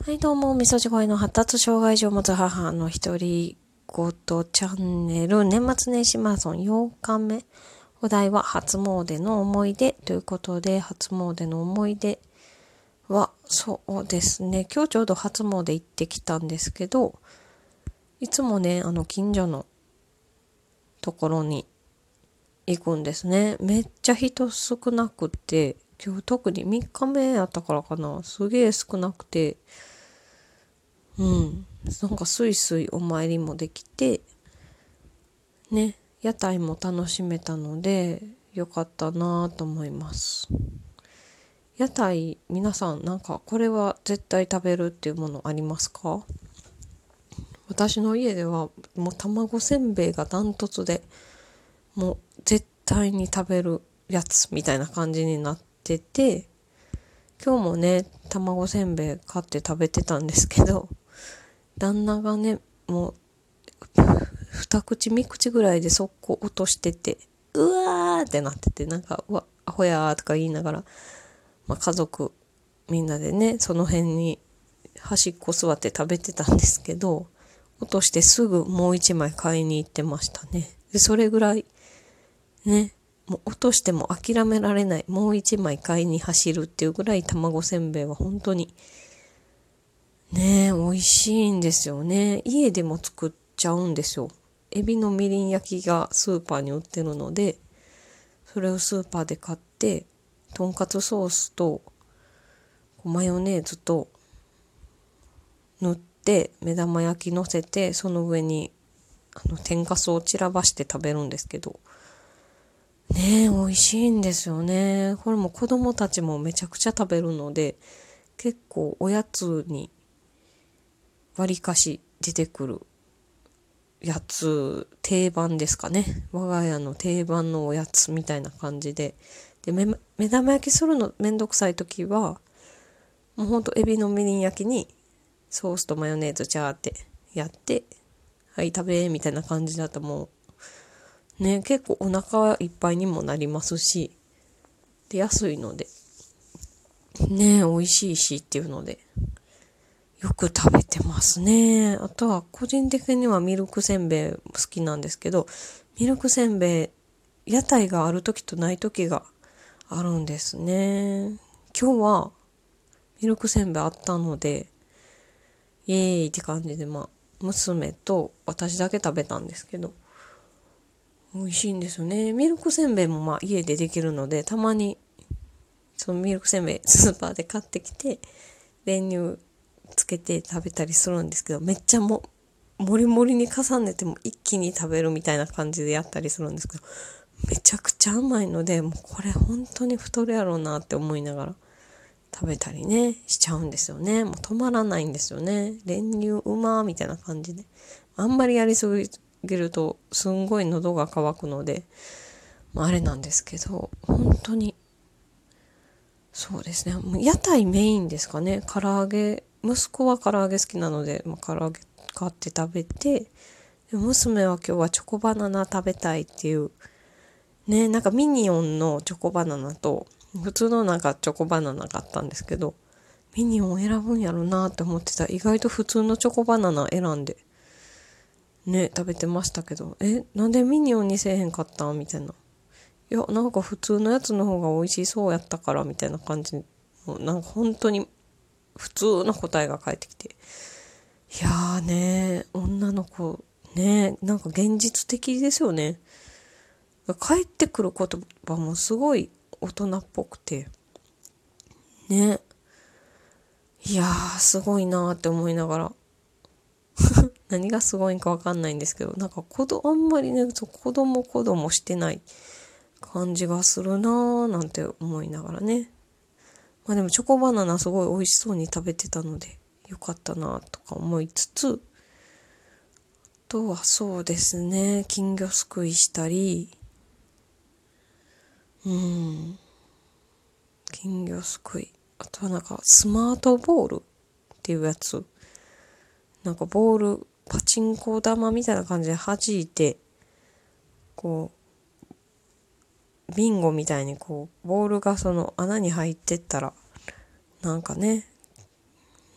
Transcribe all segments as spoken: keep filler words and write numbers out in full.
はい、どうも、みそじ声の発達障害児を持つ母の一人ごとチャンネル、年末年始マラソンようかめ。お題は初詣の思い出ということで、初詣の思い出は、そうですね、今日ちょうど初詣行ってきたんですけど、いつもね、あの、近所のところに行くんですね。めっちゃ人少なくて、今日特にみっかめやったからかな、すげえ少なくて、うん。なんかスイスイお参りもできて、ね、屋台も楽しめたので、よかったなぁと思います。屋台、皆さんなんかこれは絶対食べるっていうものありますか？私の家ではもう卵せんべいがダントツで、もう絶対に食べるやつみたいな感じになってて、今日もね、卵せんべい買って食べてたんですけど、旦那がね、もう二口三口ぐらいで速攻落としてて、うわーってなってて、なんか、うわ、アホやーとか言いながら、まあ、家族みんなでね、その辺に端っこ座って食べてたんですけど、落としてすぐもう一枚買いに行ってましたね。で、それぐらい、ね、もう落としても諦められない、もう一枚買いに走るっていうぐらい卵せんべいは本当に、ね、美味しいんですよね。家でも作っちゃうんですよ。エビのみりん焼きがスーパーに売ってるので、それをスーパーで買って、とんかつソースとマヨネーズと塗って目玉焼き乗せて、その上にあの天かすを散らばして食べるんですけど、ねえ、美味しいんですよね。これも子供たちもめちゃくちゃ食べるので、結構おやつに割かし出てくるやつ、定番ですかね。我が家の定番のおやつみたいな感じで。で、目、目玉焼きするのめんどくさいときは、もうほんとエビのみりん焼きにソースとマヨネーズジャーってやって、はい、食べーみたいな感じだともう、ね、結構お腹いっぱいにもなりますし、で、安いので、ね、美味しいしっていうので、よく食べてますね。あとは個人的にはミルクせんべい好きなんですけど、ミルクせんべい、屋台がある時とない時があるんですね。今日はミルクせんべいあったので、イエーイって感じで、まあ、娘と私だけ食べたんですけど、美味しいんですよね。ミルクせんべいもまあ家でできるので、たまにそのミルクせんべいスーパーで買ってきて、練乳つけて食べたりするんですけど、めっちゃも、もりもりに重ねても一気に食べるみたいな感じでやったりするんですけど、めちゃくちゃ甘いので、もうこれ本当に太るやろうなって思いながら食べたりね、しちゃうんですよね。もう止まらないんですよね。練乳うまーみたいな感じで。あんまりやりすぎると、すんごい喉が渇くので、まあ、あれなんですけど、本当に、そうですね。もう屋台メインですかね。唐揚げ、息子は唐揚げ好きなので、まあ、唐揚げ買って食べて、娘は今日はチョコバナナ食べたいっていう、ね、なんかミニオンのチョコバナナと、普通のなんかチョコバナナがあったんですけど、ミニオンを選ぶんやろうなって思ってたら、意外と普通のチョコバナナ選んで、ね、食べてましたけど、え、なんでミニオンにせえへんかったんみたいな。いや、なんか普通のやつの方が美味しそうやったから、みたいな感じ。なんか本当に普通の答えが返ってきて。いやーね、女の子、ね、なんか現実的ですよね。帰ってくる言葉もすごい大人っぽくて。ね。いやー、すごいなーって思いながら。何がすごいんかわかんないんですけど、なんか子供、あんまりね、そう子供子供してない感じがするなーなんて思いながらね。まあでもチョコバナナすごい美味しそうに食べてたので、よかったなとか思いつつ、あとはそうですね、金魚すくいしたり、うん、金魚すくい。あとはなんかスマートボールっていうやつ。なんかボール、パチンコ玉みたいな感じで弾いて、こう、ビンゴみたいにこう、ボールがその穴に入ってったら、なんかね、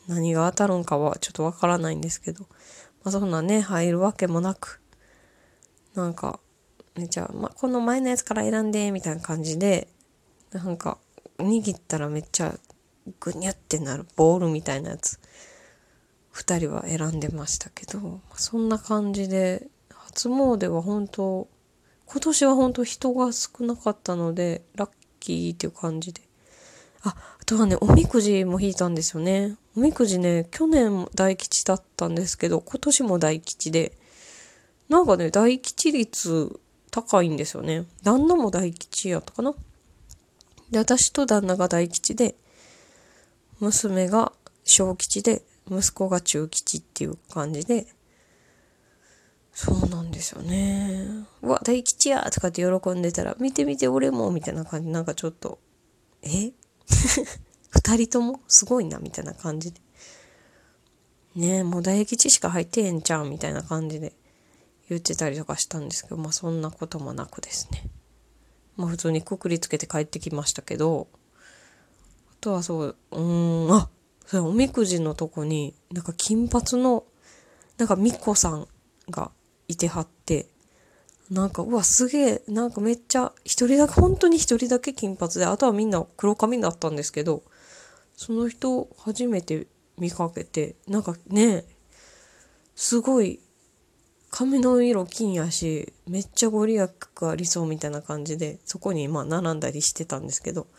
何が当たるんかはちょっとわからないんですけど、まあ、そんなね、入るわけもなく、なんか、ね、じゃあ、まあ、この前のやつから選んで、みたいな感じで、なんか、握ったらめっちゃぐにゃってなるボールみたいなやつ、二人は選んでましたけど、そんな感じで、初詣は本当、今年は本当人が少なかったので、ラッキーっていう感じで。あ、あとはね、おみくじも引いたんですよね。おみくじね、去年大吉だったんですけど、今年も大吉で、なんかね、大吉率高いんですよね。旦那も大吉やったかな。で、私と旦那が大吉で、娘が小吉で、息子が中吉っていう感じで、そうなんですよね。うわ、大吉やとかって喜んでたら、見て見て俺もみたいな感じ、なんかちょっと、え二人ともすごいなみたいな感じで。ねえ、もう大吉しか入ってへんちゃんみたいな感じで言ってたりとかしたんですけど、まあそんなこともなくですね。まあ普通にくくりつけて帰ってきましたけど、あとはそう、うーん、あ、それおみくじのとこに、なんか金髪の、なんかみこさんがいてはって、なんか、うわ、すげえ、なんかめっちゃ、一人だけ、本当に一人だけ金髪で、あとはみんな黒髪だったんですけど、その人初めて見かけて、なんかね、すごい、髪の色金やし、めっちゃご利益ありそうみたいな感じで、そこにまあ並んだりしてたんですけど、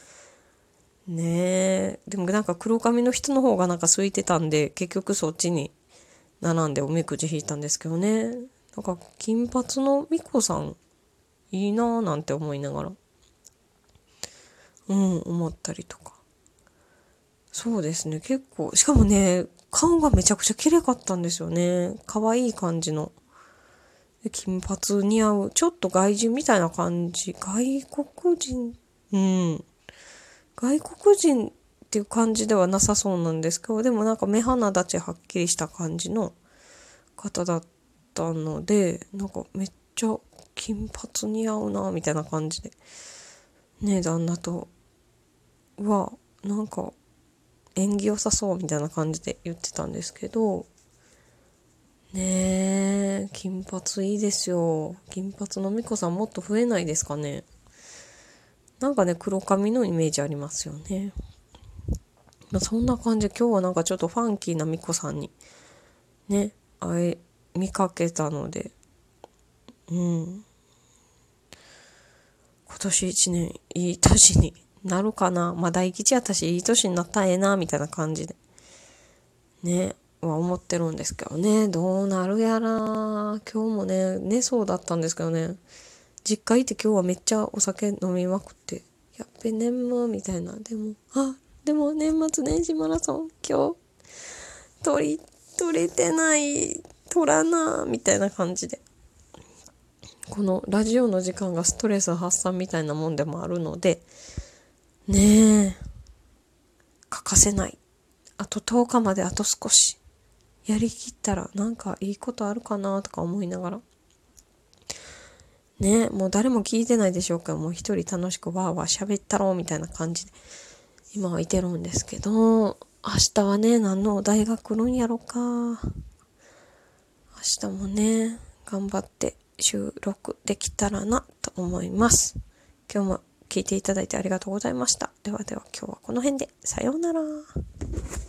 ねえ、でもなんか黒髪の人の方がなんか空いてたんで、結局そっちに並んでおみくじ引いたんですけどね。なんか金髪のみこさんいいなぁなんて思いながら、うん、思ったりとか。そうですね、結構、しかもね、顔がめちゃくちゃ綺麗かったんですよね。可愛い感じの。で金髪似合う、ちょっと外人みたいな感じ。外国人、うん。外国人っていう感じではなさそうなんですけど、でもなんか目鼻立ちはっきりした感じの方だったので、なんかめっちゃ金髪似合うな、みたいな感じで。ねえ、旦那とは、なんか縁起良さそうみたいな感じで言ってたんですけど、ねえ、金髪いいですよ。金髪のみこさんもっと増えないですかね。なんかね、黒髪のイメージありますよね。まあ、そんな感じで今日はなんかちょっとファンキーなみこさんにね、会え、見かけたので、うん。今年一年いい年になるかな。まあ大吉やったしいい年になったらええな、みたいな感じで。ね、は思ってるんですけどね。どうなるやら。今日もね、寝そうだったんですけどね。実家行って今日はめっちゃお酒飲みまくって。やっべ、眠みたいな。でも、あ、でも年末年始マラソン今日、取り、取れてない、取らな、みたいな感じで。このラジオの時間がストレス発散みたいなもんでもあるので、ねえ、欠かせない。あととおかまであと少し。やりきったらなんかいいことあるかなとか思いながら。ねえ、もう誰も聞いてないでしょうから、もう一人楽しくわーわー喋ったろうみたいな感じで、今はいてるんですけど、明日はね、何のお題が来るんやろか。明日もね、頑張って収録できたらなと思います。今日も聞いていただいてありがとうございました。ではでは今日はこの辺で、さようなら。